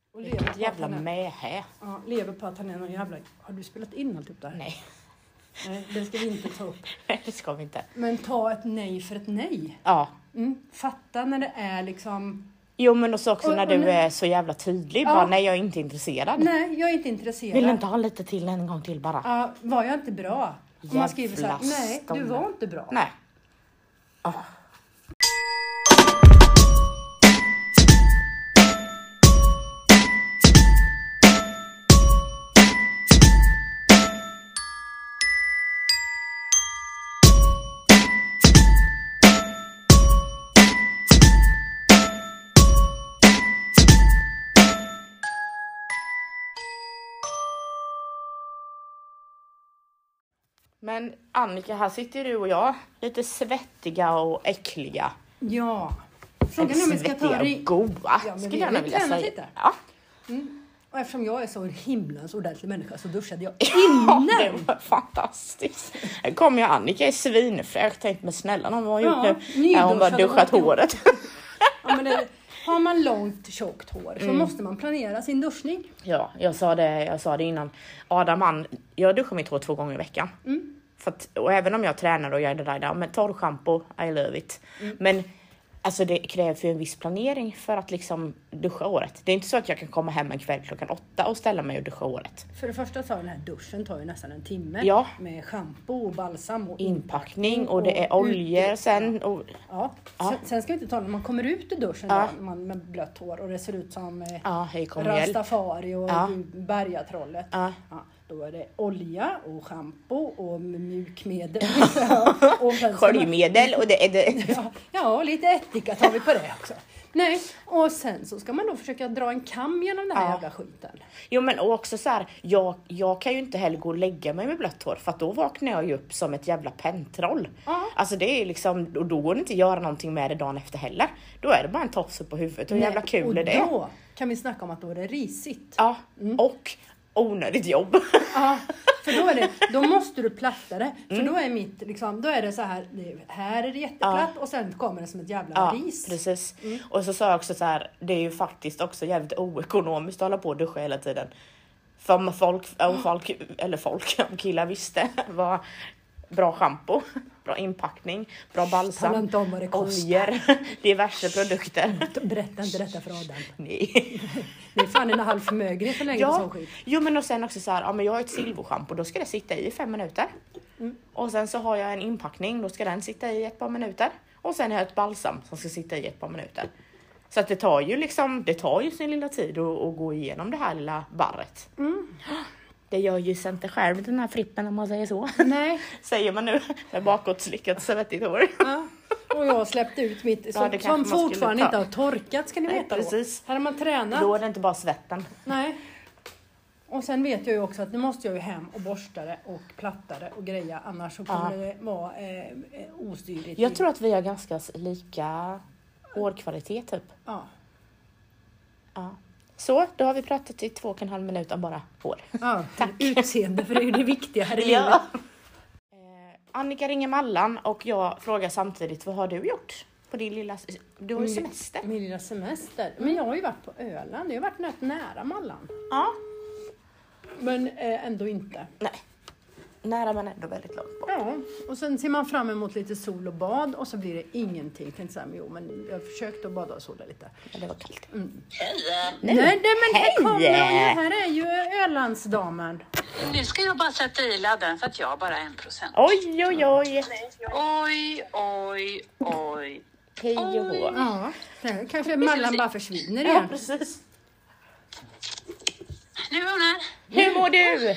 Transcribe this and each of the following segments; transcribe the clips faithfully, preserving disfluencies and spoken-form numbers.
Och lever på jävla att han är, med här. ja, lever på att han är någon jävla... Har du spelat in allt upp där? Nej. Nej, det ska vi inte ta upp. Nej, det ska vi inte. Men ta ett nej för ett nej. Ja. Mm. Fatta när det är liksom... Jo, men också, också Och- när och du nu- är så jävla tydlig. Ja. Bara, nej, jag är inte intresserad. Nej, jag är inte intresserad. Vill du inte ha lite till en gång till bara? Ja, var jag inte bra? Om man skriver så här, Jävla nej, du stomme. var inte bra. Nej. Oh. Men Annika, här sitter du och jag. Lite svettiga och äckliga. Ja. Frågan är om vi ska ta svettiga ring... och goda. Ja, men skulle vi jag gärna vill vilja träna säga. lite. Ja. Mm. Och eftersom jag är så en himlans ordentlig människa så duschade jag Ja, innan. det var fantastiskt. Här kommer jag, Annika är svinfräsch. Tänkte, men snälla, någon har gjort Ja, nu. Ja, hon bara nyduschad och duschat varit- håret. Ja, men det, har man långt tjockt hår så Mm. måste man planera sin duschning. Ja, jag sa det, jag sa det innan. Adam, han, jag duschar mitt hår två gånger i veckan. Mm. För att, och även om jag tränar och gör det där, där men torrschampo, I love it. Mm. Men alltså det krävs ju en viss planering för att liksom duscha håret. Det är inte så att jag kan komma hem en kväll klockan åtta och ställa mig och duscha håret. För det första tar den här duschen tar ju nästan en timme. Ja. Med shampoo och balsam och Inpackning och det är oljor sen. Och, Ja. Ja. Sen, sen ska vi inte tala när man kommer ut ur duschen Ja. då, man med blött hår och det ser ut som eh, ja, hej kom hjälp. Rastafari och Ja. bergatrollet. Ja. Ja, då är det olja och shampoo och mjukmedel. och sen ska man- Sköljmedel och det är det. Ja, ja, lite ättika tar vi på det också. Nej, och sen så ska man då försöka dra en kam genom den här Ja. jävla skiten. Jo, men också så här, jag, jag kan ju inte heller gå och lägga mig med blött hår för att då vaknar jag ju upp som ett jävla pentroll. Ja. Alltså det är liksom, och då går det inte att göra någonting med det dagen efter heller. Då är det bara en tofs upp på huvudet och hur jävla kul och är det? då kan vi snacka om att då är det risigt. Ja, och onödigt jobb. Ja, för då är det, då måste du platta det. För Mm. då är mitt liksom, då är det så här, det, här är det jätteplatt och sen kommer det som ett jävla Ja, ris. precis. Och så sa jag också så här, det är ju faktiskt också jävligt oekonomiskt att hålla på och duscha hela tiden. För om folk, om folk eller folk, om killar visste vad bra shampoo, bra inpackning, bra balsam, Tala inte om vad det kostar. oljor, diverse produkter. Berätta inte detta för Adam. Nej. Det är fan en halv förmögenhet för länge Ja, som skit. jo men och sen också så här, ja men jag har ett silverschampo, då ska det sitta i fem minuter. Mm. Och sen så har jag en inpackning, då ska den sitta i ett par minuter. Och sen har jag ett balsam som ska sitta i ett par minuter. Så att det tar ju liksom, det tar ju sin lilla tid att, att gå igenom det här lilla barret. Mm. Det gör ju inte själv den här frippen om man säger så. Nej. Säger man nu med bakåtslickat svettigt hår. Ja. Och jag släppte ut mitt Ja, som, det kanske som man skulle fortfarande ta. inte har torkat ska ni Nej, veta då. precis. Här har man tränat. Då är det inte bara svetten. Nej. Och sen vet jag ju också att nu måste jag ju hem och borsta det och platta det och greja. Annars så kommer Ja. det vara eh, eh, ostyrigt. Jag tror att vi har ganska lika hårkvalitet typ. Ja. Ja. Så, då har vi pratat i två och en halv minut om bara hår. Ja, Tack. utseende för det är ju det viktiga här i livet. Ja. Eh, Annika ringer Mallan och jag frågar samtidigt, vad har du gjort på din lilla... Du har ju semester. Min lilla semester. Men jag har ju varit på Öland. Jag har varit rätt nära Mallan. Ja. Men eh, ändå inte. Nej. Nära men ändå väldigt långt bort. Ja, och sen ser man fram emot lite sol och bad och så blir det ingenting. Tänkte så här, men jo, men jag försökte att bada och sola lite. Men det var kallt. Mm. Hej! Nu. Nej, nej, men här Hej! kommer hon ju. Här är ju Ölandsdamen. Nu ska jag bara sätta i laddaren för att jag bara är en procent. Oj, oj, oj. Oj, oj, oj. Hej och hå. Ja, sen kanske Mallan bara försvinner Ja, igen. precis. Nu är hon här. Hur mår du?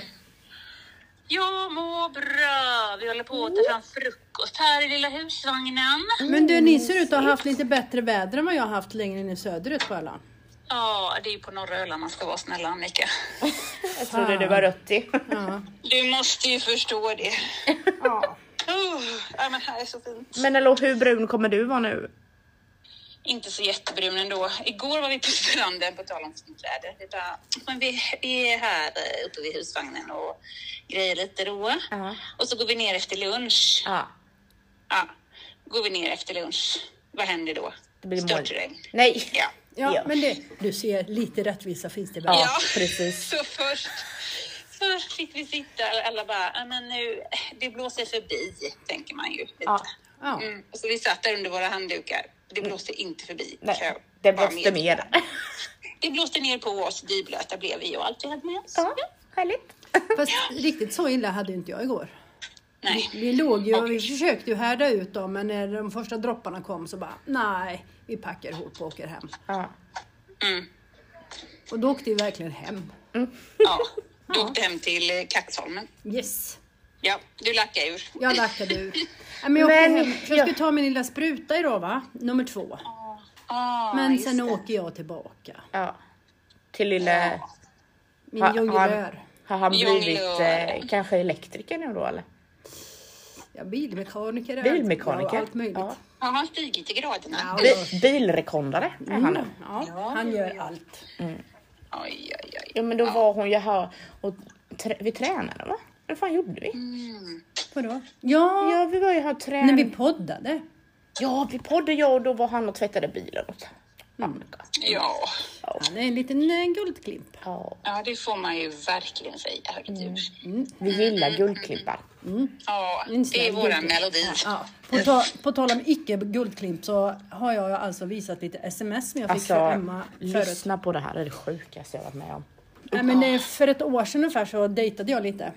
Jag mår bra. Vi håller på att ta fram frukost här i lilla husvagnen. Men du, ni ser ut att ha haft lite bättre väder än vad jag har haft längre ner söderut på Öland. Ja, det är ju på norra Öland man ska vara snälla, Annika. Jag trodde du var ruttig. Ja. Du måste ju förstå det. Ja. Oh, ja, men här är så fint. Men eller hur brun kommer du vara nu? Inte så jättebrun ändå. Igår var vi på stranden, på tal om fint väder. Det bara, men vi är här eh, uppe vid husvagnen och grejer lite då. Ja. Och så går vi ner efter lunch. Ja. Ja, går vi ner efter lunch. Vad händer då? Det blir moln. Störtregn. Nej. Ja, Ja, Ja. men det, du ser, lite rättvisa finns det väl? Ja, precis. Så först, först fick vi sitta, alla bara, ja men nu, det blåser förbi, tänker man ju lite. Ja. Ja. Mm. Och så vi satt där under våra handdukar. Det blåste inte förbi. Nej, Så jag det bara blåste med- mer. Det blåste ner på oss, dyblöta blev vi och allt vi hade med oss. Ja, härligt. Fast riktigt så illa hade inte jag igår. Nej. Vi låg ju och vi försökte ju härda ut dem, men när de första dropparna kom så bara, nej, vi packar ihop och åker hem. Ja. Mm. Och då åkte vi verkligen hem. Ja, du åkte hem till eh, Kaxholmen. Yes. Ja, du lackade ur. Jag lackade ur. Ja, men jag åkte Men- hem. Jag ska ta min lilla spruta idag, va? Nummer två. Ah, Men just sen det. åker jag tillbaka. Ja. Till lille... Min Ha- jonglör. Har han blivit Jonglör. eh, kanske elektriker nu då eller? Ja, bilmekaniker. är Bilmekaniker? Ja, allt möjligt. Ja. Har han stigit i graderna? Ja, Bi- bilrekondare är han nu. Mm, ja, han gör allt. Oj, oj, oj. Ja men då var hon ju här och trä- vi tränade va? Vad fan gjorde vi? Vadå? Ja, Ja vi var ju här och när tränade. vi poddade. Ja vi poddade jag och då var han och tvättade bilen åt Annika. Ja. Han är en liten eh, guldklimp. Ja. Ja, det får man ju verkligen säga högt ur. Vi gillar guldklippar. Ja, En det snäll är våran guldklimp. melodi. Ja. På, ta, på tal om icke guldklimp så har jag alltså visat lite sms som jag fick Alltså för Emma förut. lyssna på det här, det är det sjukaste jag varit med om. Nej, men eh, för ett år sedan ungefär så dejtade jag lite.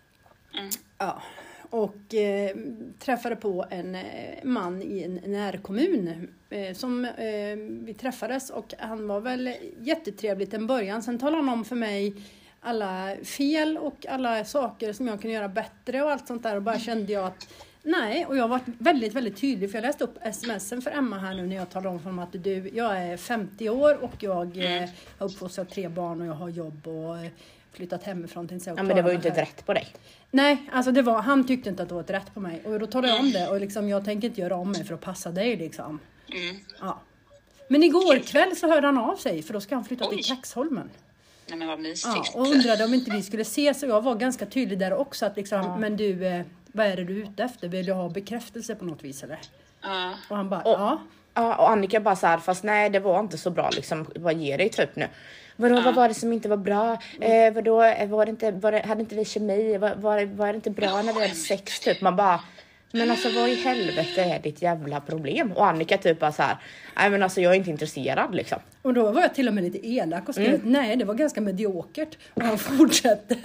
Ja. Och eh, träffade på en eh, man i en närkommun eh, som eh, vi träffades och han var väl jättetrevligt i början. Sen talade han om för mig alla fel och alla saker som jag kunde göra bättre och allt sånt där och bara kände jag att nej, och jag har varit väldigt, väldigt tydlig för jag läste upp smsen för Emma här nu när jag talade om för honom att du, jag är femtio år och jag eh, har uppfostrat tre barn och jag har jobb och eh, flyttat hemifrån till Ja men det var ju inte ett rätt på dig. Nej, alltså det var, han tyckte inte att det var ett rätt på mig. Och då talade jag om det och liksom, jag tänker inte göra om mig för att passa dig liksom. Mm. Ja. Men igår kväll så hörde han av sig för då ska han flytta Oj. till Kaxholmen. Nej, men vad mysigt. Ja, och undrade om inte vi skulle ses och jag var ganska tydlig där också att liksom, men du, eh, vad är det du är ute efter? Vill du ha bekräftelse på något vis eller? Ja. Och han bara, Och- ja. Ja, och Annika bara så här, fast nej det var inte så bra liksom, vad ger dig typ nu? Vadå, vad var det som inte var bra? Eh, vadå, eh, var det inte, var det, hade inte vi kemi? Var, var, var det inte bra när vi hade sex typ? Man bara, men alltså vad i helvete är ditt jävla problem? Och Annika typ bara så här, nej men alltså jag är inte intresserad liksom. Och då var jag till och med lite elak och skrev, nej det var ganska mediokert. Och han fortsätter.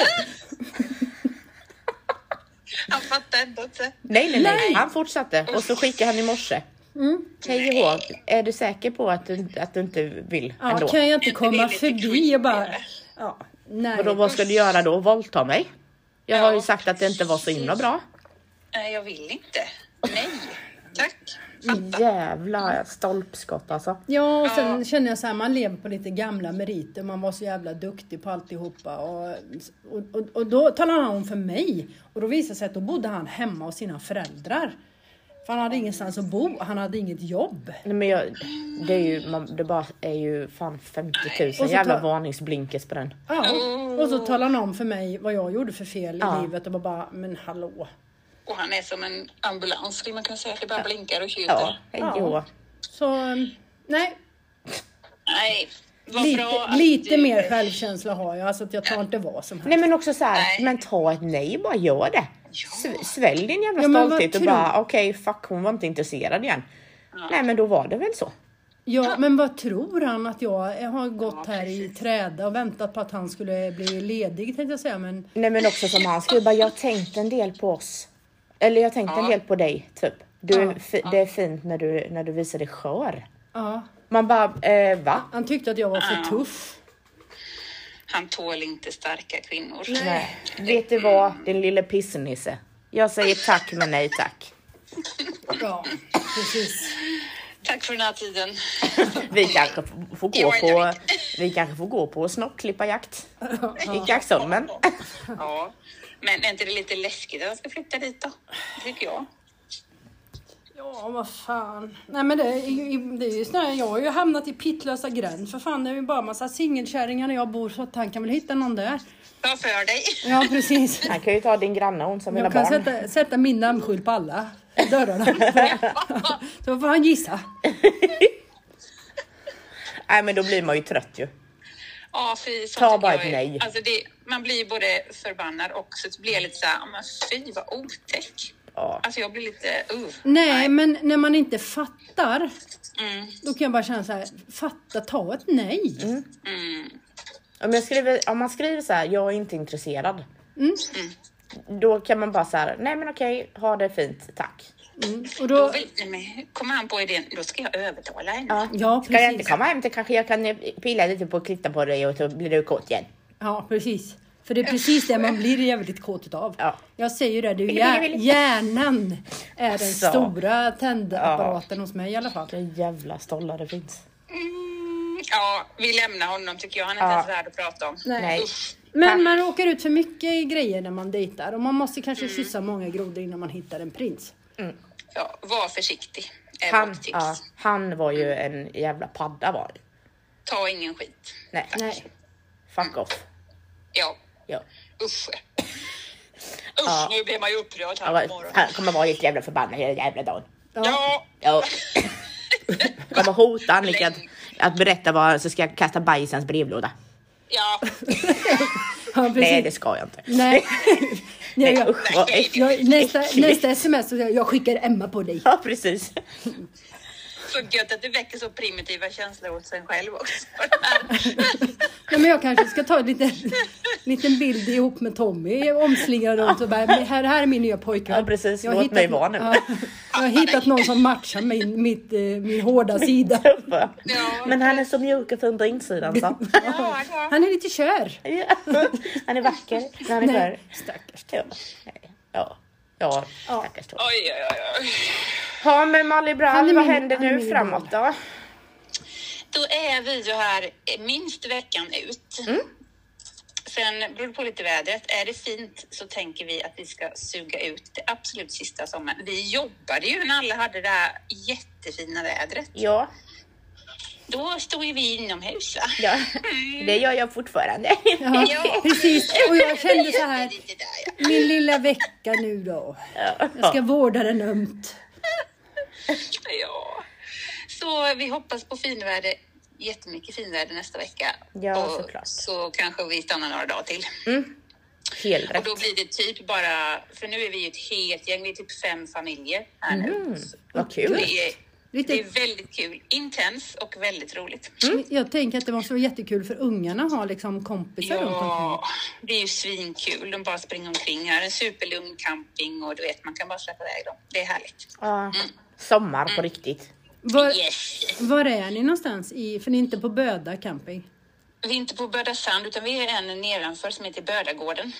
Han fattar ändå inte. Nej, nej, nej, han fortsatte och så skickade han i morse. Hej och hå, är du säker på att du, att du inte vill Ja, ändå? kan jag inte Inte det komma lite förbi creepy, och bara, eller? ja, nej. Vadå, vad ska du göra då? Våldta mig? Jag har ju Ja. sagt att det inte var så himla bra. Nej, jag vill inte. Nej, tack. Jävla stolpskott alltså. Ja, och sen känner jag så här, man lever på lite gamla meriter. Man var så jävla duktig på alltihopa. Och, och, och, och då talade han om för mig. Och då visade det sig att då bodde han hemma hos sina föräldrar. För han hade ingenstans att bo. Han hade inget jobb. Nej, men jag, det är ju, man, det bara är ju fan femtio tusen Och så jävla tar- varningsblinkers på den. Ja, och så talade han om för mig vad jag gjorde för fel Ja. i livet. Och bara, men hallå. Och han är som en ambulans, skulle man kunna säga. Det bara blinkar och tjuter. Ja, hej Ja. då. Så, nej. Nej, vad Lite, bra att lite du... mer självkänsla har jag. Alltså att jag tar inte vad som helst. Nej men också så här, Nej. men ta ett nej, bara gör det. Sv- Svälj din jävla Ja, men vad stolthet och tror- bara okej fuck hon var inte intresserad igen. Nej men då var det väl så. Ja, men vad tror han att jag, jag har gått här i träda och väntat på att han skulle bli ledig tänkte jag säga. Men Nej men också som han skriver, bara jag tänkte en del på oss. Eller jag tänkte en del på dig typ. Du, Ja. är fi- det är fint när du, när du visar dig skör. ja, Man bara, eh, va? han tyckte att jag var för tuff. Han tål inte starka kvinnor. Nej. Vet du vad, din lille pissnisse. Jag säger tack men nej tack. Ja, precis. Tack för den här tiden. Vi kanske f- får gå Ja, jag på, vet. vi kanske får gå på snockklipparjakt i Kaxholmen. Ja. Men är inte det lite läskigt att han ska flytta dit då? Tycker jag. Ja, vad fan. Nej men det är ju, det är ju snarare, jag har ju hamnat i pittlösa gräns. För fan, det är ju bara massa singelkärringar när jag bor så att han kan väl hitta någon där. Ta för dig. Ja, precis. Han kan ju ta din granne hon som vill ha Jag kan barn. sätta, sätta min namnskylt på alla dörrarna. Så får han gissa. Nej, men då blir man ju trött ju. Ja, fy, sånt Ta tycker bara jag ett är- nej. Alltså det, man blir både förbannad och så blir jag lite så här, men fy vad otäck. Ja. Alltså jag blir lite, uh. Nej, men när man inte fattar, Mm, då kan jag bara känna så här, fatta, ta ett nej. mm, Om, jag skriver, om man skriver så här, jag är inte intresserad. Mm. Då kan man bara så här, nej men okej, ha det fint, tack. Mm. Och Då då, vill, nej, men kommer han på idén, då ska jag övertala henne. Ja. ja, Ska jag inte precis. komma hem till kanske jag kan pilla lite på och klitta på dig och så blir du kåt igen. Ja, precis. För det är precis det man blir jävligt kåt utav. Ja. Jag säger ju det, det är ju Vill, vill, hjär- vill. hjärnan är den Så. stora tändapparaten hos mig i alla fall. Vilken jävla stollar det finns. Mm, ja, vi lämnar honom tycker jag. Han är Ja. inte ens värd att prata om. Nej. Nej. Usch. Men man råkar ut för mycket grejer när man dejtar och man måste kanske kyssa många grodor innan man hittar en prins. Ja, var försiktig. Är Han, vårt tips. ja, han var ju en jävla padda var det. Ta ingen skit. Nej, Nej. fuck off. Ja, Ja. usch. Usch, Ja. nu blir man ju upprörd här på morgonen. Han kommer vara helt jävla förbannad hela jävla dagen. Ja. Ja, Ja. Kommer hota Annika att, att berätta vad så ska jag kasta bajs i hans brevlåda. ja. Ja, precis. Nej, det ska jag inte. Nej. Nej, jag, Usch, vad äckligt. jag, nästa, nästa sms så säger jag, jag skickar Emma på dig. Ja, precis. Så gött att det väcker så primitiva känslor hos en själv också. Nej, men jag kanske ska ta en liten, liten bild ihop med Tommy, omslingra runt och bara, här, här är min nya pojkvän. Ja, precis. Jag har Låt mig hittat- vara nu. Ja, jag har hittat någon som matchar min, mitt, eh, min hårda sida. Ja. Men han är så mjuk och fin på insidan. Så. Ja, ja. Han är lite kör. Ja. Han är vacker när han är Nej, skör. stackars. Ja. Ja. Ja, stackars Tom. Oj, oj, oj, oj. Ja, men Molly Han Brown, är vad min- händer han är nu min framåt då? Då är vi ju här minst veckan ut. Mm. Sen beror det på lite vädret. Är det fint så tänker vi att vi ska suga ut det absolut sista sommaren. Vi jobbade ju när alla hade det här jättefina vädret. Ja, Då stod ju vi inomhus va? ja, det gör jag fortfarande. Ja, Ja. precis. Och jag kände så här, Lite där, ja. min lilla vecka nu då. Jag ska vårda den ömt. Ja. Så vi hoppas på finväder, jättemycket finväder nästa vecka. Ja, och såklart. så kanske vi stannar några dagar till. Helt Och rätt. då blir det typ bara, för nu är vi ju ett helt gäng, vi är typ fem familjer här nu. Mm, vad kul. Det är, Lite- det är väldigt kul, intens och väldigt roligt. Jag tänker att det var så jättekul för ungarna att ha liksom kompisar runt omkring. Ja, det är ju svinkul. De bara springer omkring här. En superlugn camping och du vet, man kan bara släppa iväg dem. Det är härligt. Ja, sommar på riktigt. Var, Yes. var är ni någonstans? I, för ni är inte på Böda camping. Vi är inte på Böda Sand utan vi är en nedanför som heter Bödagården.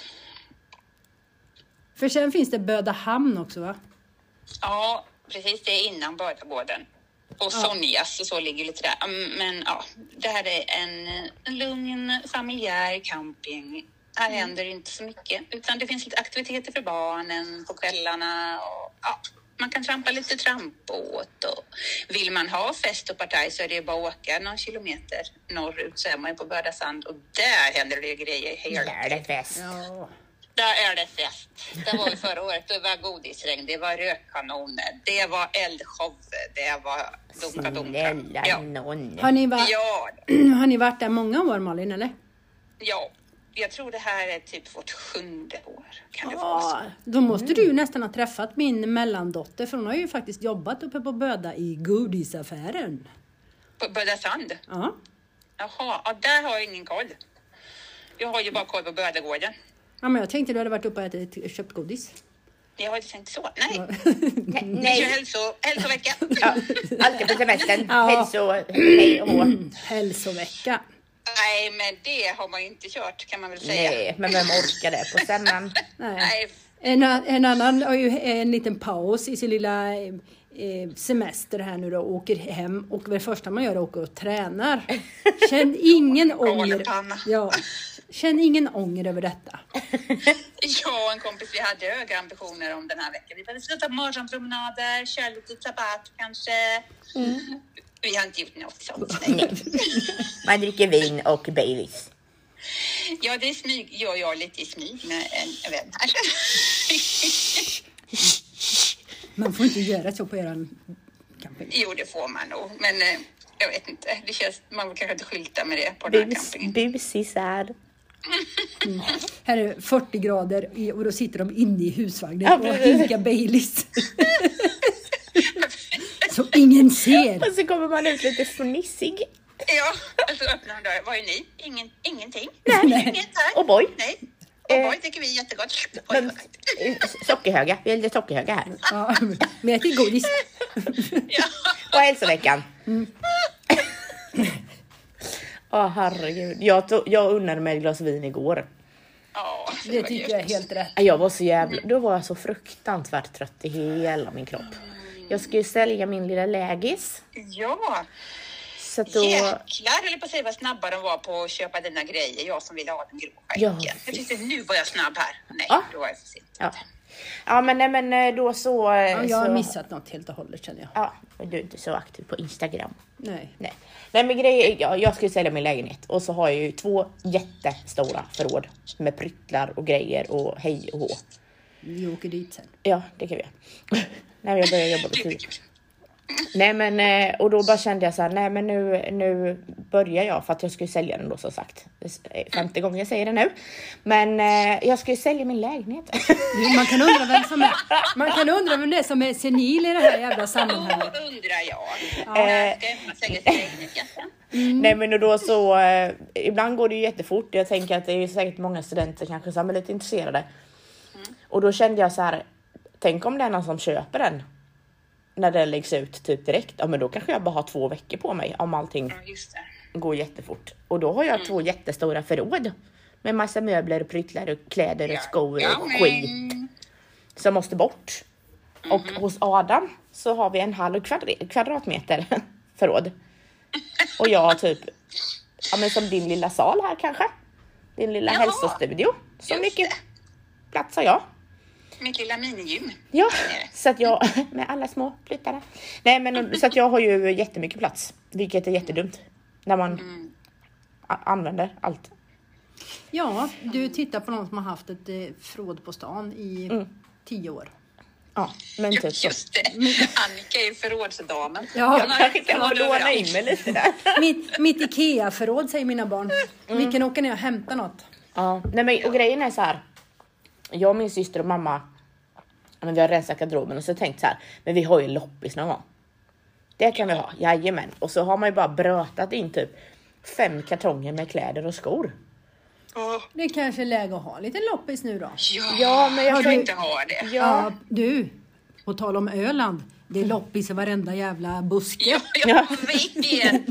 För sen finns det Böda hamn också va? Ja, precis. Det är innan Bödagården. Och Sonjas och så ligger lite där. Mm, Men ja, det här är en, en lugn familjär camping. Här händer inte så mycket. Utan det finns lite aktiviteter för barnen på kvällarna. Och, ja, man kan trampa lite trampbåt. Och vill man ha fest och partaj så är det bara att åka någon kilometer norrut så är man ju på Böda Sand. Och där händer det grejer hela Där är det fest. Ja. Där är det fest. Det var ju förra året. Det var godisregn, det var rökkanoner, det var eldshow, det var dunka-dunka. Snälla Ja. nån. Har, ni va- Ja, har ni varit där många år Malin eller? ja, jag tror det här är typ vårt sjunde år. Kan det vara så? Ja, då måste du nästan ha träffat min mellandotter för hon har ju faktiskt jobbat uppe på Böda i godisaffären. På Böda Sand? Ja. Jaha, ja, där har jag ingen koll. Jag har ju bara koll på Bödagården. Ja, men jag tänkte du hade varit uppe och ätit, köpt godis. Jag har inte tänkt så. Nej, Nej, vi kör nej. hälso, hälsovecka. Ja, alltid på semestern. Ja. Hälso, hej och hå. Hälsovecka. Nej, men det har man ju inte kört kan man väl säga. Nej, men vem orkar det på semman? Nej. Nej. En, a- en annan har ju en liten paus i sin lilla eh, semester här nu då. Åker hem och det första man gör är att åka och tränar. Känn ingen ånger. Galenpanna. Ja. Känn ingen ånger över detta. Jag och en kompis, vi hade höga ambitioner om den här veckan. Vi hade slutat morgonpromenader, köra lite tabbat kanske. Mm. Vi har inte gjort något sånt. Nej. Man dricker vin och Baileys. Ja, det är smyg. Jag gör lite i smyg med en vän här. Man får inte göra så på eran camping. Jo, det får man nog. Men eh, Jag vet inte. Det känns, man kanske inte skylta med det på den här Bus, campingen. busisar. Mm. Här är det fyrtio grader i- och då sitter de inne i husvagnen Ja, och precis. hinkar Baileys. Så ingen ser. Och så kommer man ut lite fnissig. Ja, och så öppnar de dörren. Vad är ni? Ingen, ingenting. Nej. Inget här. Och boy. Nej. Eh, Och boy tycker vi är jättegott. Oj, Men, vad gott. eh, sockerhöga. Vi är lite sockerhöga här. Ja, men äter godis. Ja. På hälsoveckan. Åh herregud. Jag, tog, jag unnade mig ett glas vin igår. Ja, Det tycker jag är helt rätt. Jag var så jävla... Då var jag så fruktansvärt trött i hela min kropp. Jag skulle sälja min lilla lägis. Ja. Så att då... Jäklar, eller på att säga vad snabba de var på att köpa dina grejer. Jag som ville ha den grå Ja, skärken. Jag tyckte nu var jag snabb här. Nej, Ja. då var jag för sent. Ja. Ja men nej men då så... Ja, jag har så, missat något helt och hållet känner jag. Ja, men du är inte så aktiv på Instagram. Nej. Nej. Nej men grejer, jag, jag skulle sälja min lägenhet. Och så har jag ju två jättestora förråd. Med pryttlar och grejer och hej och hå. Vi åker dit sen. Ja, det kan vi göra. När jag börjar jobba med tio. Nej men, eh, och då bara kände jag så här, nej men nu, nu börjar jag för att jag skulle sälja den då som sagt. Femte gången jag säger det nu. Men eh, jag skulle sälja min lägenhet. Du, Man kan undra vem som är, man kan undra vem det är som är senil i det här jävla sammanhanget. Då undrar jag. Eh. När ska man sälja sin lägenhet egentligen? Nej men och då så, eh, ibland går det ju jättefort. Jag tänker att det är säkert många studenter kanske som är lite intresserade. Mm. Och då kände jag så här, tänk om det är någon som köper den. När det läggs ut typ direkt, ja men då kanske jag bara har två veckor på mig om allting Ja, just det. går jättefort. Och då har jag mm. två jättestora förråd. Med massa möbler, pryttlar, och kläder, och skor Ja, och men- skit. Som måste bort. Mm-hmm. Och hos Adam så har vi en halv kvadrat- kvadratmeter förråd. Och jag har typ, ja men som din lilla sal här kanske. Din lilla Jaha. hälsostudio. Så Just mycket det. plats har jag. Mitt lilla minigym. Ja, Där nere. så att jag, med alla små flyttarna. Nej men så att jag har ju jättemycket plats. Vilket är jättedumt. När man Mm. a- använder allt. Ja, du tittar på någon som har haft ett eh, förråd på stan i Mm. tio år. Ja, men typ så. Just det. Annika är förrådsdamen. Ja, Hon har Jag kan förråd låna överallt. in mig lite där. Mitt, mitt Ikea-förråd säger mina barn. Mm. Vi kan åka ner och hämta något. Ja, nej men och grejen är så här. Jag och min syster och mamma, men vi har rensat garderoben och så tänkt så här, men vi har ju loppis någon gång. Det kan vi ha, jajamän. Och så har man ju bara brötat in typ fem kartonger med kläder och skor. Åh, Det är kanske är läge att ha en liten loppis nu då. Ja, Ja, men jag jag tror- kan inte ha det. Ja, Ja, du. På tal om Öland. Det är loppis i varenda jävla buske. Ja, jag vet.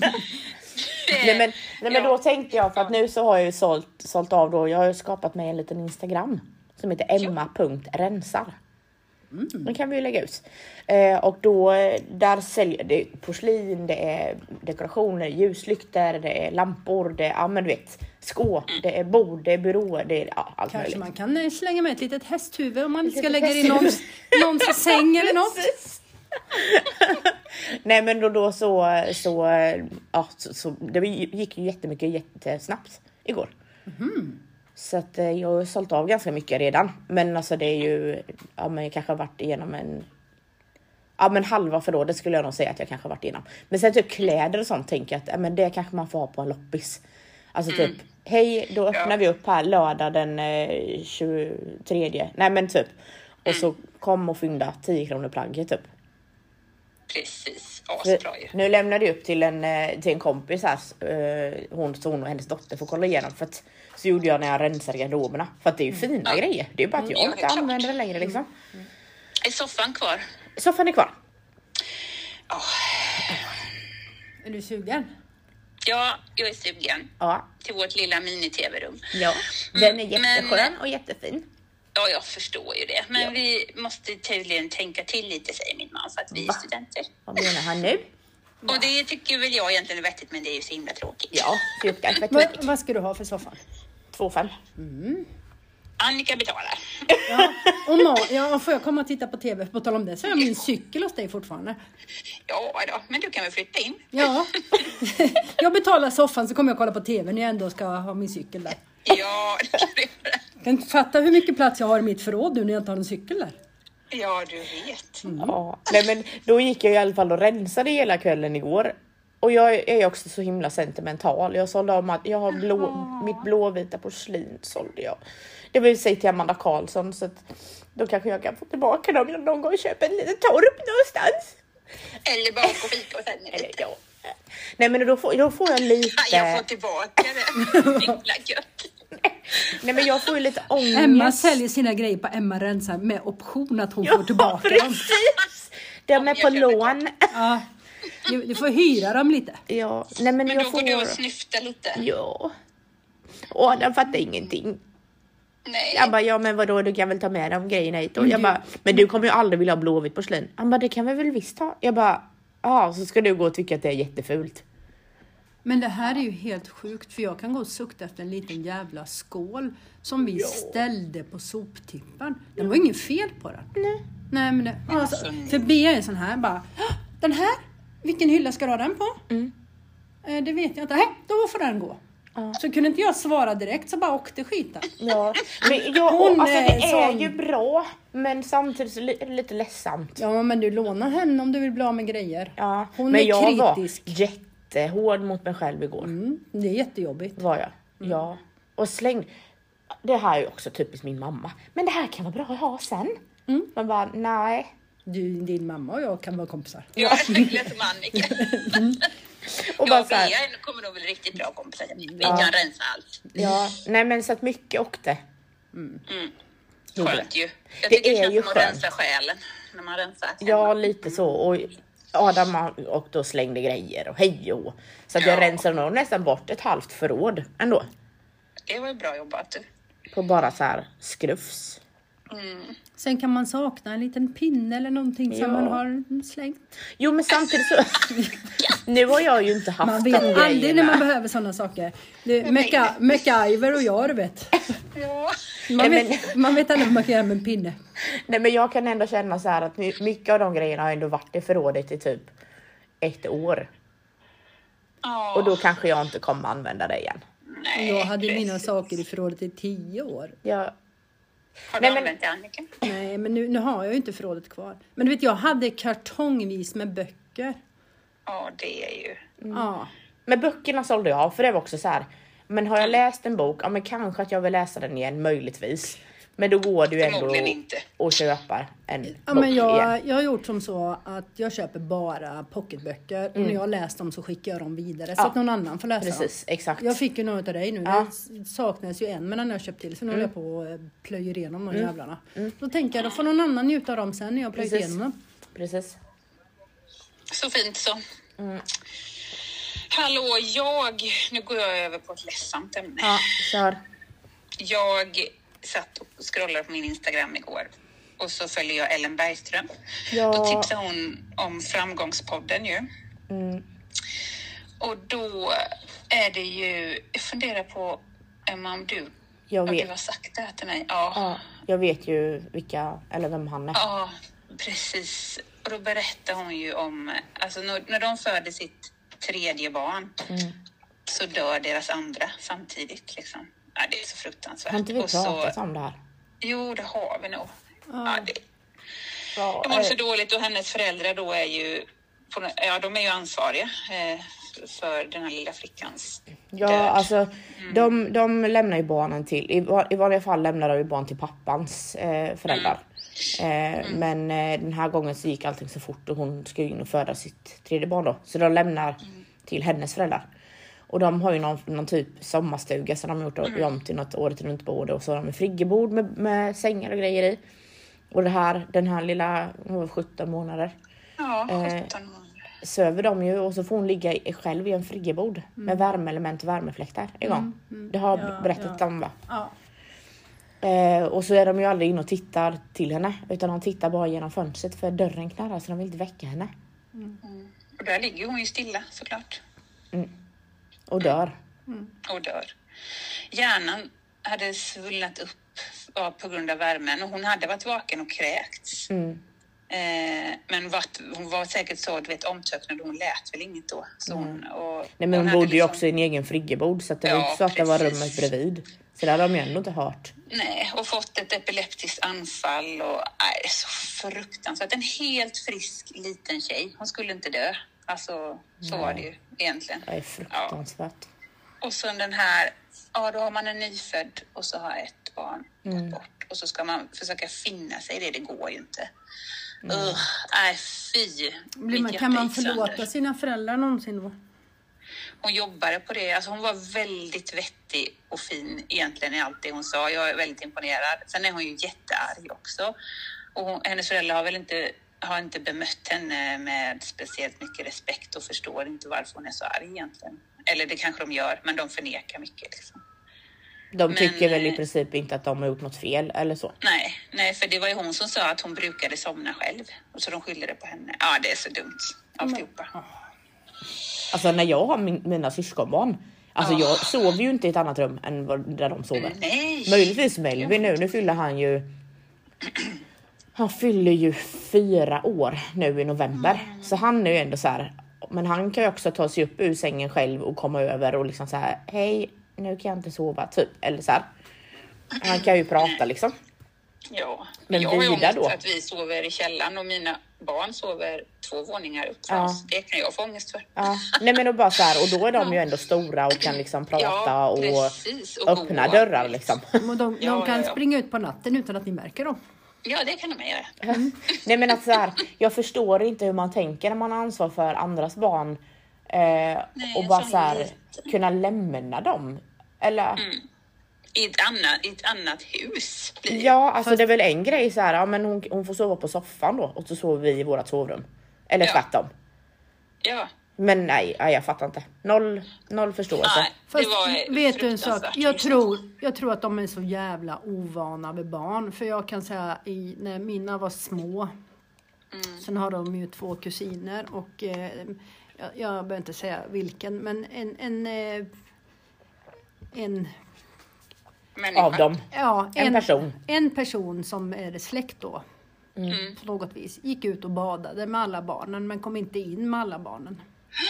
nej men, nej, men Ja. då tänkte jag, för att nu så har jag ju sålt, sålt av då, jag har ju skapat mig en liten Instagram. Som heter emma punkt rensar. Mm. Den kan vi ju lägga ut. Eh, och då, eh, där säljer det porslin, det är dekorationer, ljuslyktor, det är lampor, det är, ja men du vet, skåp, det är bord, det är byråer, det är ja, allt Kanske möjligt. man kan eh, slänga med ett litet hästhuvud om man inte ska litet lägga in någons, någons säng eller något. Precis. Nej men då, då så, så, ja, så, så det gick ju jättemycket jättesnabbt igår. Mm. Så att eh, jag har sålt av ganska mycket redan. Men alltså det är ju, ja men jag kanske har varit igenom en, ja men halva förrådet skulle jag nog säga att jag kanske har varit igenom. Men sen typ kläder och sånt tänker jag att, ja men det kanske man får ha på en loppis. Alltså typ, Mm. hej då öppnar Ja. vi upp här lördag den eh, tjugotredje. Nej men typ. Och så kom och fynda tio kronor plagget typ. Precis, För asbra ju. nu lämnade jag upp till en, eh, till en kompis här, eh, hon, så hon och hennes dotter får kolla igenom. För att, så gjorde jag när jag rensade garderoberna. För att det är ju fina Ja. grejer. Det är ju bara att jag Ja, inte det är klart. använder det längre liksom. Är soffan kvar? Soffan är kvar. Ja, Är du sugen? ja, jag är sugen Ja, till vårt lilla mini-tv-rum. ja. Den är Mm, jätteskön men- och jättefin. Ja, jag förstår ju det. Men Ja. vi måste tydligen tänka till lite, säger min man, för att vi är Va? studenter. Vad menar han nu? Och det tycker väl jag egentligen är vettigt, men det är ju så himla tråkigt. Ja, fruktansvärt Vad, tråkigt. vad ska du ha för soffan? två fem. Annika betalar. Ja, och ma- ja, får jag komma och titta på tv? På tal om det så har jag min cykel hos dig fortfarande. Ja då, men du kan väl flytta in? Ja, jag betalar soffan så kommer jag kolla på tv när jag ändå ska ha min cykel där. Ja, det kan du göra. Jag kan inte fatta hur mycket plats jag har i mitt förråd nu när jag inte har en cykel där. Ja, du vet. Ja, nej men då gick jag i alla fall och rensade hela kvällen igår. Och jag är också så himla sentimental. Jag sålde om att jag har blå, mitt blåvita porslin sålde jag. Det vill säga till Amanda Karlsson, så att då kanske jag kan få tillbaka dem någon gång och köpa en liten torp någonstans. Eller bara gå fika och sen Eller, ja. Nej, men då får, då får jag lite... Jag får tillbaka det. Himla gött. Nej, men jag får ju lite ångest. Emma säljer sina grejer på Emma Rensar med option att hon Ja, får tillbaka dem. precis. De är på lån. Ja, du, du får hyra dem lite. Ja, nej, men, Men jag då får... går du och snyfta lite. Ja. Och Adam fattar ingenting. Nej. Jag bara, ja men vadå, du kan väl ta med de grejerna hit. Och jag bara, men du kommer ju aldrig vilja ha blåvitt porslin. Han bara, det kan vi väl visst ha. Jag bara, ja, så ska du gå och tycka att det är jättefult. Men det här är ju helt sjukt, för jag kan gå och sukta efter en liten jävla skål som vi Ja. ställde på soptippen. Det var inget fel på den. Nej. Nej, men det, alltså, för B är en sån här bara, den här, vilken hylla ska du ha den på? Mm. Eh, det vet jag inte. Nej, då får den gå. Ja. Så kunde inte jag svara direkt, så bara åkte skiten. Ja, men jag, Hon alltså, det är är sån- ju bra, men samtidigt så li- lite ledsamt. Ja, men du lånar henne om du vill bli av med grejer. Ja, Hon men är jag kritisk. var jättehård mot mig själv igår. Mm, det är jättejobbigt. Var jag. Ja. Och släng. Det här är ju också typiskt min mamma. Men det här kan vara bra att ha sen. Mm. Man bara, nej. Du, din mamma och jag kan vara kompisar. Jag är lite som Annika. Och bara Jag och så här, Bea kommer nog bli riktigt bra kompisar. Vi Ja. kan rensa allt. ja, nej men så att mycket åkte. Mm. Gjorde Skönt ju. Jag Det tycker det är känns ju som att skönt. rensa själen när man rensar. Ja, lite så. Och Adam och då slängde grejer och hej och. Så att jag Ja. rensade nog nästan bort ett halvt förråd ändå. Det var ju bra jobbat. På bara så här skrufs. Mm. Sen kan man sakna en liten pinne eller någonting Ja. som man har slängt. Jo, men samtidigt så. Nu har jag ju inte haft Man de vet aldrig grejerna. när man behöver sådana saker. Det, Maca- MacGyver och jag, du vet. Ja. Man Nej, vet, man vet aldrig vad man kan göra med en pinne. Nej, men jag kan ändå känna så här att my- mycket av de grejerna har ändå varit i förrådet i typ ett år. Ja. Och då kanske jag inte kommer använda det igen. Nej, Jag hade mina precis. saker i förrådet i tio år. Jag, Har du Nej, men- använt det, Annika? Nej, men nu, nu har jag ju inte förrådet kvar. Men du vet, jag hade kartongvis med böcker. Ja, det är ju... Ja. men böckerna sålde jag, för det var också så här. Men har jag läst en bok, ja men kanske att jag vill läsa den igen, möjligtvis. Men då går det ju ändå Förmodligen inte. och köpa en Ja, bok men igen. jag, jag har gjort som så att jag köper bara pocketböcker. Och när jag har läst dem så skickar jag dem vidare. Så Ja. att någon annan får läsa Precis, dem. exakt. Jag fick ju något av dig nu. Ja. Det saknas ju en, men den har jag köpt till. Så nu håller jag på och eh, plöjer igenom de jävlarna. Då tänker jag, då får någon annan njuta av dem sen när jag plöjt Precis. igenom dem. Precis. Så fint så. Hallå, jag... Nu går jag över på ett ledsamt ämne. Ja, kör. Jag satt och scrollade på min Instagram igår. Och så följer jag Ellen Bergström. Ja. Då tipsar hon om Framgångspodden ju. Mm. Och då är det ju... Jag funderar på, Emma, om du, Jag om du vet. har sagt det här till mig. Ja. Ja, jag vet ju vilka, eller vem han är. Ja, precis. Och då berättar hon ju om... Alltså när, när de födde sitt tredje barn Mm. så dör deras andra samtidigt. Liksom. Ja, det är så fruktansvärt. Har inte vi Och så, pratat om det här? Jo, det har vi nog. Ja, det, Ja, de mår så eh, dåligt och hennes föräldrar då är ju... På, ja, de är ju ansvariga eh, för den här lilla flickans ja död. alltså de, de lämnar ju barnen till, i, va- i vanliga fall lämnar de ju barn till pappans eh, föräldrar. Eh, Men eh, den här gången så gick allting så fort och hon ska ju in och föda sitt tredje barn då. Så de lämnar till hennes föräldrar. Och de har ju någon, någon typ sommarstuga som de har gjort mm. om till något året runt boende. Och så har de en friggebod med, med sängar och grejer i. Och det här, den här lilla, hon var sjutton månader. Ja, eh, sjutton månader. Söver de ju och så får hon ligga i, själv i en friggebod med värmeelement och värmefläktar igång. Det har jag Ja, berättat ja. om va? Ja. Eh, och så är de ju aldrig inne och tittar till henne. Utan de tittar bara genom fönstret för dörren knarrar så de vill inte väcka henne. Och där ligger hon ju stilla såklart. Och dör. Och dör. Hjärnan hade svullnat upp ja, på grund av värmen och hon hade varit vaken och kräkts. Mm. Eh, men varit, hon var säkert så, du vet, omtöcknad och hon lät väl inget då. Så hon, och, Nej men hon hade bodde ju liksom- också i en egen friggebod så att det var Ja, inte så att det var precis. rummet bredvid. Så det hade de ju ändå inte hört. Nej, och fått ett epileptiskt anfall och nej, det är så fruktansvärt. En helt frisk liten tjej, hon skulle inte dö. Alltså, så Nej. var det ju egentligen. Det är fruktansvärt. Ja. Och så den här, ja då har man en nyfödd och så har ett barn Mm. bort. Och så ska man försöka finna sig i det, det går ju inte. Mm. Uh, nej, fy. Blir man, Mitt kan hjärta man gick sönder. förlåta sina föräldrar någonsin då? Hon jobbade på det. Alltså hon var väldigt vettig och fin egentligen i allt det hon sa. Jag är väldigt imponerad. Sen är hon ju jättearg också. Och hon, hennes föräldrar har väl inte, har inte bemött henne med speciellt mycket respekt och förstår inte varför hon är så arg egentligen. Eller det kanske de gör, men de förnekar mycket liksom. De Men, tycker väl i princip inte att de har gjort något fel eller så. Nej, nej, för det var ju hon som sa att hon brukade somna själv. Och så de skyllde det på henne. Ja, det är så dumt. Alltihopa. Alltså när jag har min, mina syskonbarn. Alltså Oh. jag sover ju inte i ett annat rum än vad, där de sover. Nej. Möjligtvis Melvin nu. Nu fyller han ju... Han fyller ju fyra år nu i november. Mm. Så han är ju ändå så här... Men han kan ju också ta sig upp ur sängen själv och komma över och liksom så här... Hej, nu kan jag inte sova, typ. Eller så här. Han kan ju prata liksom. Ja, men jag har ju Vida ångest då? att vi sover i källaren och mina barn sover två våningar upp. Ja. Det kan jag få ångest för. Ja. Nej men och bara så här, och då är de ju ändå stora och kan liksom prata Ja, och, precis, och öppna gå. dörrar liksom. Och de, de Ja, kan ja, ja. springa ut på natten utan att ni märker dem. Ja, det kan de göra. Mm. Nej men att så här, jag förstår inte hur man tänker när man har ansvar för andras barn. Eh, Nej, och bara så så här, lite. kunna lämna dem. Eller... Mm. I ett annat, i ett annat hus. Blir det. Ja, alltså Fast- det är väl en grej så här, ja men hon, hon får sova på soffan då och så sover vi i vårat sovrum. Eller Ja. tvärtom. Ja. Men nej, nej, jag fattar inte. Noll, noll förståelse. Nej, Fast det var vet du en sak? fruktansvärt, Jag liksom. tror, jag tror att de är så jävla ovana med barn. För jag kan säga i, när mina var små. Mm. Sen har de ju två kusiner. Och eh, jag, jag behöver inte säga vilken. Men en, en, eh, en, Människa. Av dem. ja, En person. En person som är släkt då. Mm. På något vis. Gick ut och badade med alla barnen. Men kom inte in med alla barnen.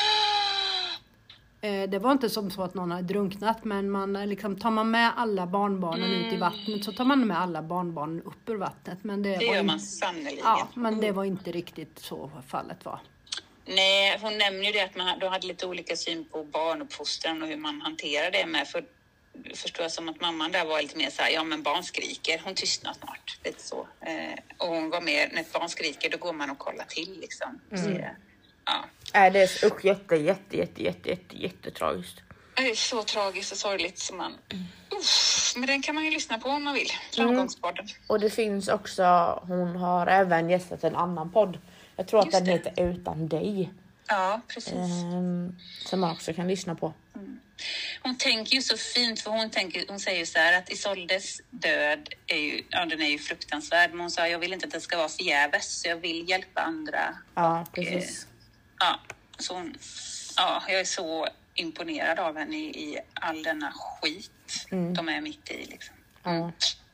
Eh, Det var inte som så att någon hade drunknat, men man eh, liksom, tar man med alla barnbarnen ut i vattnet så tar man med alla barnbarnen upp ur vattnet. Men det, Det var gör in- man sannoliken. Ja, men det var inte riktigt så fallet var. Nej, hon nämner ju det att man de hade lite olika syn på barnuppfostran och hur man hanterar det med. För förstår jag som att mamman där var lite mer så här, ja men barn skriker, hon tystnar snart. Lite så. Eh, och hon var mer, när ett barn skriker då går man och kollar till liksom. Mm. Ja. Nej, det är usch, jätte, jätte, jätte, jätte, jätte, jättetragiskt. Det är så tragiskt och sorgligt som man... Uff, men den kan man ju lyssna på om man vill. Framgångspodden. Och det finns också, hon har även gästat en annan podd. Jag tror att Just den det. heter Utan dig. Ja, precis. ehm, Som man också kan lyssna på. Hon tänker ju så fint, för hon, tänker, hon säger så här att Isoldes död är ju, ja, den är ju fruktansvärd. Men hon sa, jag vill inte att det ska vara förgäves, så jag vill hjälpa andra. Ja, precis. Ja, så hon, ja, jag är så imponerad av henne i, i all denna skit de är mitt i. Liksom. Ja.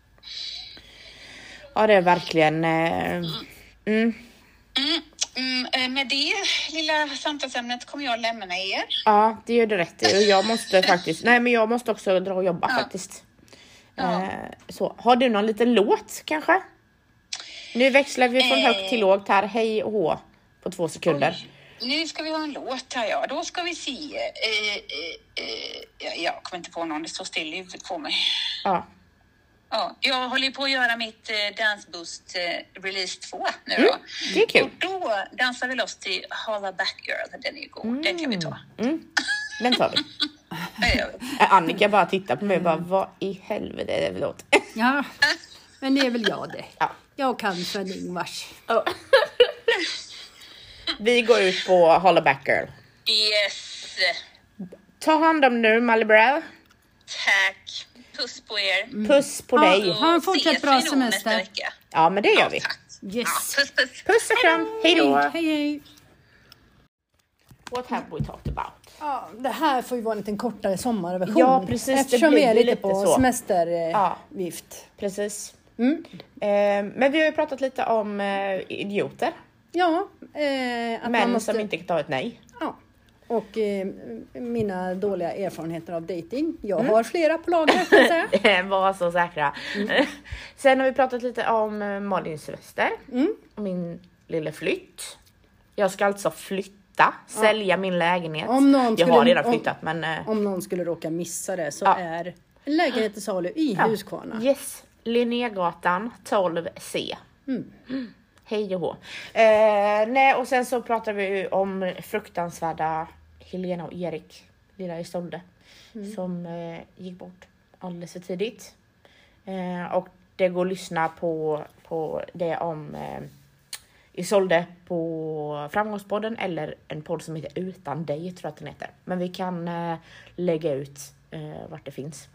Ja, det är verkligen... Eh, mm. Mm, mm, eh, med det lilla samtalsämnet kommer jag lämna er. Ja, det gör du rätt i. Och jag måste faktiskt... Nej, men jag måste också dra och jobba Ja. faktiskt. Ja. Eh, så, har du någon liten låt kanske? Nu växlar vi från Eh. högt till lågt här. Hej och hå på två sekunder. Nu ska vi ha en låt här, ja. Då ska vi se. Eh, eh, eh, ja, jag kommer inte på någon, det står still i huvudet på mig. Ja. Ja, jag håller på att göra mitt eh, Dance Boost eh, Release två nu då. Mm, det är kul. Och då dansar vi loss till Holla Back Girl. Den är ju god. Den kan vi ta. Mm. Den tar vi. Det gör vi. Äh, Annika bara tittar på mig och bara, vad i helvete är det för låt? Ja, men det är väl jag det. Ja. Jag kan Sven-Ingvars. Ja. Vi går ut på Holla Back Girl. Yes. Ta hand om nu, Malibra. Tack. Puss på er. Puss på Ja. dig. Ha en fortsatt Ses bra vi nog semester. nästa vecka. Ja, men det gör Ja, vi. tack. Yes. Ja, puss, puss. Puss och kram. Hej då. Hej, hej. What have we talked about? Ja, det här får ju vara en liten kortare sommarversion. Ja, precis, det Eftersom blir vi är ju lite lite på så. semestervift. Ja. Precis. Mm. Eh, men vi har ju pratat lite om eh, idioter. Ja, eh, att man Män måste... som inte kan ta ett nej. Ja. Och eh, mina dåliga erfarenheter av dating. Jag Mm. har flera på lager, kan jag säga. Var så säkra. Mm. Sen har vi pratat lite om eh, Malins semester. Mm. Min lilla flytt. Jag ska alltså flytta flytta, sälja min lägenhet. Om någon jag skulle, har redan om- flyttat men... eh, Om någon skulle råka missa det så Ja. är en lägenhet till salu i ja. Huskvarna. Yes, Linnégatan tolv C. Mm. Hej och hå. Eh, nej, och sen så pratar vi om fruktansvärda Helena och Erik, lilla Isolde, som eh, gick bort alldeles för tidigt. Eh, och det går att lyssna på, på det om eh, Isolde på Framgångspodden eller en podd som heter Utan dig, tror jag att den heter. Men vi kan eh, lägga ut eh, vart det finns.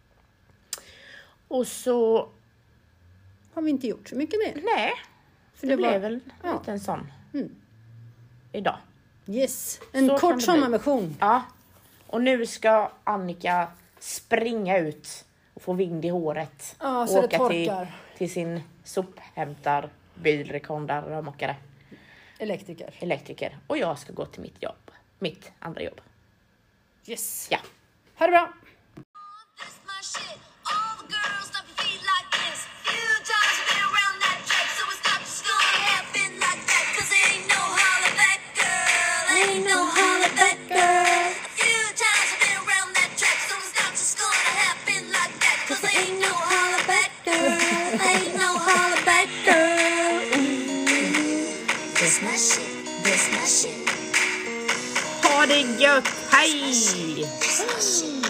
Och så... Har vi inte gjort så mycket mer. Nej, För det, det blev var- väl ja. lite en sån Mm. idag. Yes, en Så kan kort det bli. sommarversion. Ja, och nu ska Annika springa ut och få vind i håret. Ja, så det åka till, torkar. till sin sophämtar, bilrekondar, rörmokare, Elektriker. elektriker. Och jag ska gå till mitt jobb, mitt andra jobb. Yes. Ja. Ha det bra! That's my shit. All the girls stop your feet like this. Few times I've been around that track, so it's not just gonna happen like that. Cause it ain't no holla back girl. Ain't no holla back girl. A few times I've been around that track, so it's not just gonna happen like that. Cause it ain't no holla back girl. Ain't no holla back girl. This my shit. This my shit. Ha det gött, hej! This my shit.